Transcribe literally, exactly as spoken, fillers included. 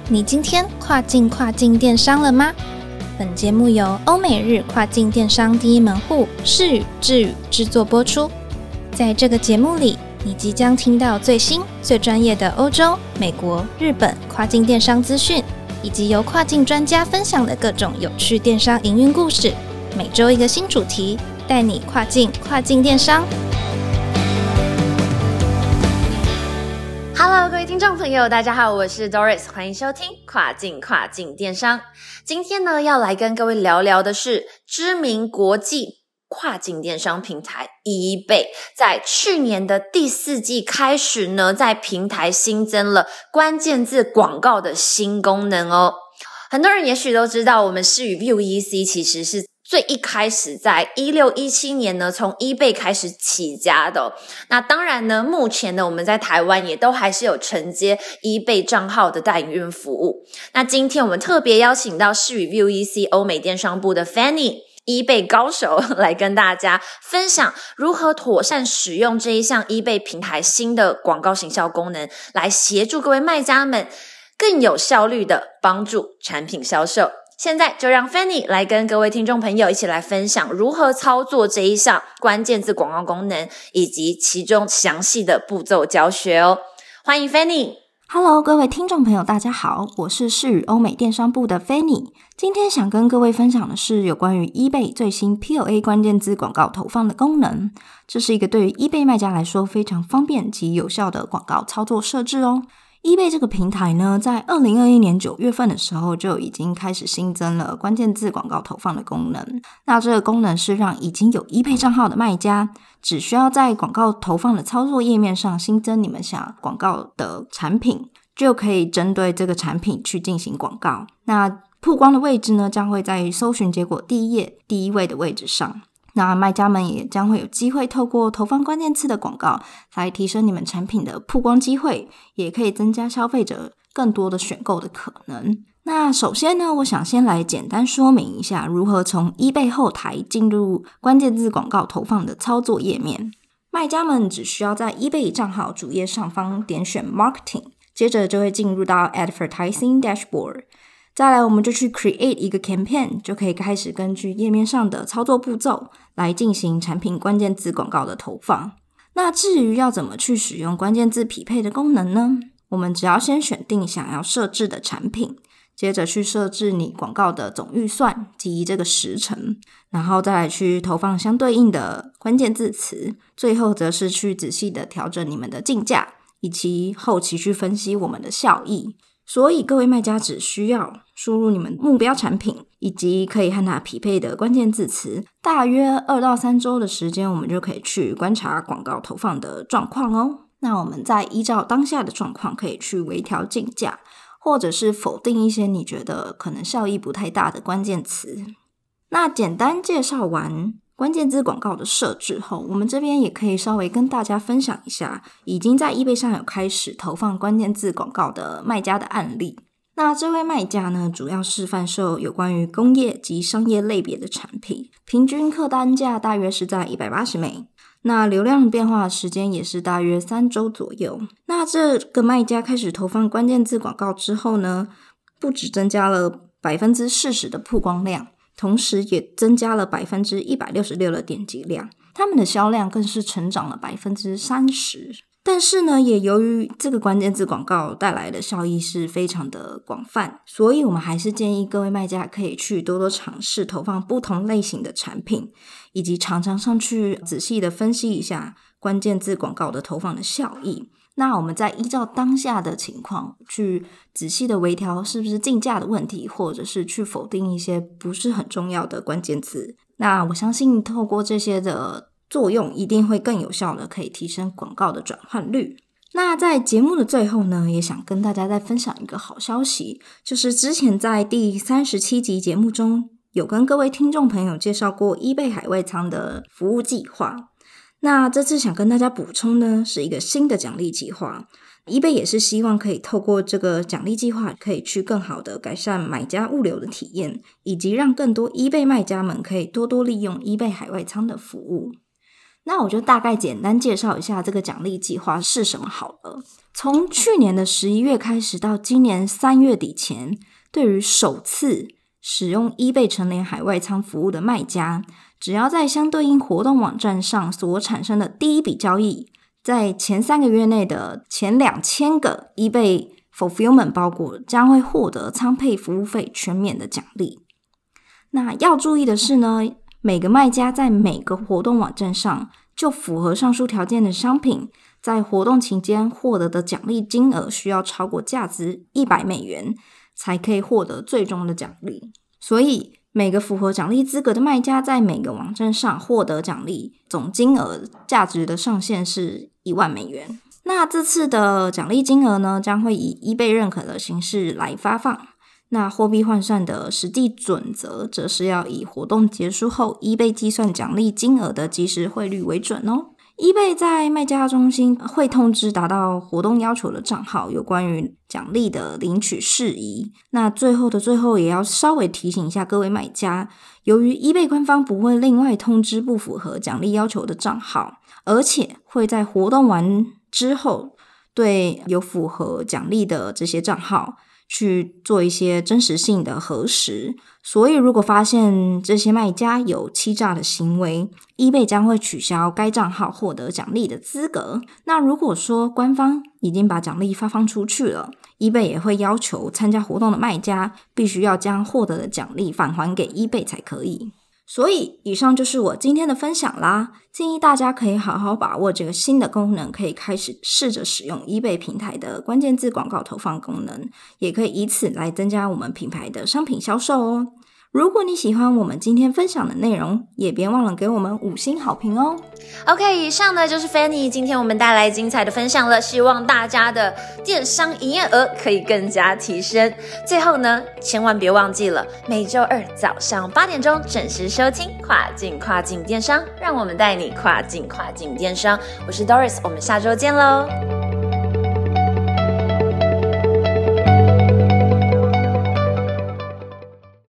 你今天跨境跨境电商了吗？本节目由欧美日跨境电商第一门户视宇智宇制作播出。在这个节目里，你即将听到最新最专业的欧洲、美国、日本跨境电商资讯，以及由跨境专家分享的各种有趣电商营运故事。每周一个新主题，带你跨境跨境电商。 Hello， 各位听众朋友，大家好，我是 Doris， 欢迎收听跨境跨境电商。今天呢，要来跟各位聊聊的是知名国际跨境电商平台 eBay， 在去年的第四季开始呢，在平台新增了关键字广告的新功能哦。很多人也许都知道，我们视宇 View E C 其实是最一开始在一六一七年呢，从 eBay 开始起家的哦。那当然呢，目前呢，我们在台湾也都还是有承接 eBay 账号的代营运服务。那今天我们特别邀请到视宇 View E C 欧美电商部的 Fanny eBay 高手来跟大家分享如何妥善使用这一项 eBay 平台新的广告行销功能，来协助各位卖家们更有效率的帮助产品销售。现在就让 Fanny 来跟各位听众朋友一起来分享如何操作这一项关键字广告功能，以及其中详细的步骤教学哦。欢迎 Fanny。Hello， 各位听众朋友大家好，我是视宇欧美电商部的 Fanny。今天想跟各位分享的是有关于 eBay 最新 P L A 关键字广告投放的功能。这是一个对于 eBay 卖家来说非常方便及有效的广告操作设置哦。eBay 这个平台呢，在二零二一年九月份的时候就已经开始新增了关键字广告投放的功能。那这个功能是让已经有 eBay 账号的卖家，只需要在广告投放的操作页面上新增你们想广告的产品，就可以针对这个产品去进行广告。那曝光的位置呢，将会在搜寻结果第一页第一位的位置上。那卖家们也将会有机会透过投放关键字的广告来提升你们产品的曝光机会，也可以增加消费者更多的选购的可能。那首先呢，我想先来简单说明一下如何从 eBay 后台进入关键字广告投放的操作页面。卖家们只需要在 eBay 账号主页上方点选 Marketing， 接着就会进入到 Advertising Dashboard。再来我们就去 create 一个 campaign， 就可以开始根据页面上的操作步骤来进行产品关键字广告的投放。那至于要怎么去使用关键字匹配的功能呢？我们只要先选定想要设置的产品，接着去设置你广告的总预算及这个时程，然后再来去投放相对应的关键字词，最后则是去仔细的调整你们的竞价，以及后期去分析我们的效益。所以各位卖家只需要输入你们目标产品以及可以和它匹配的关键字词，大约二到三周的时间，我们就可以去观察广告投放的状况哦。那我们再依照当下的状况，可以去微调竞价，或者是否定一些你觉得可能效益不太大的关键词。那简单介绍完关键字广告的设置后，我们这边也可以稍微跟大家分享一下已经在 eBay 上有开始投放关键字广告的卖家的案例。那这位卖家呢，主要是贩售有关于工业及商业类别的产品，平均客单价大约是在一百八十美，那流量变化时间也是大约三周左右。那这个卖家开始投放关键字广告之后呢，不只增加了 百分之四十 的曝光量，同时也增加了 百分之一百六十六 的点击量，他们的销量更是成长了 百分之三十。 但是呢，也由于这个关键字广告带来的效益是非常的广泛，所以我们还是建议各位卖家可以去多多尝试投放不同类型的产品，以及常常上去仔细的分析一下关键字广告的投放的效益。那我们再依照当下的情况去仔细的微调是不是竞价的问题，或者是去否定一些不是很重要的关键字。那我相信透过这些的作用，一定会更有效的可以提升广告的转换率。那在节目的最后呢，也想跟大家再分享一个好消息，就是之前在第三十七集节目中有跟各位听众朋友介绍过 eBay 海外仓的服务计划。那这次想跟大家补充呢，是一个新的奖励计划。eBay 也是希望可以透过这个奖励计划，可以去更好的改善买家物流的体验，以及让更多 eBay 卖家们可以多多利用 eBay 海外仓的服务。 那我就大概简单介绍一下这个奖励计划是什么好了。从去年的十一月开始到今年三月底前，对于首次使用 eBay 成联海外仓服务的卖家，只要在相对应活动网站上所产生的第一笔交易，在前三个月内的前两千个 eBay Fulfillment 包裹将会获得仓配服务费全免的奖励。那要注意的是呢，每个卖家在每个活动网站上就符合上述条件的商品，在活动期间获得的奖励金额需要超过价值一百美元，才可以获得最终的奖励。所以每个符合奖励资格的卖家在每个网站上获得奖励总金额价值的上限是一万美元。那这次的奖励金额呢，将会以 eBay 认可的形式来发放。那货币换算的实际准则则是要以活动结束后 eBay 计算奖励金额的即时汇率为准哦。eBay 在卖家中心会通知达到活动要求的账号有关于奖励的领取事宜。那最后的最后也要稍微提醒一下各位买家，由于 eBay 官方不会另外通知不符合奖励要求的账号，而且会在活动完之后对有符合奖励的这些账号去做一些真实性的核实，所以如果发现这些卖家有欺诈的行为， eBay 将会取消该账号获得奖励的资格。那如果说官方已经把奖励发放出去了， eBay 也会要求参加活动的卖家必须要将获得的奖励返还给 eBay 才可以。所以以上就是我今天的分享啦，建议大家可以好好把握这个新的功能，可以开始试着使用 eBay 平台的关键字广告投放功能，也可以以此来增加我们品牌的商品销售哦。如果你喜欢我们今天分享的内容，也别忘了给我们五星好评哦。 OK， 以上呢就是 Fanny 今天我们带来精彩的分享了，希望大家的电商营业额可以更加提升。最后呢，千万别忘记了每周二早上八点钟准时收听跨境跨境电商，让我们带你跨境跨境电商。我是 Doris， 我们下周见喽。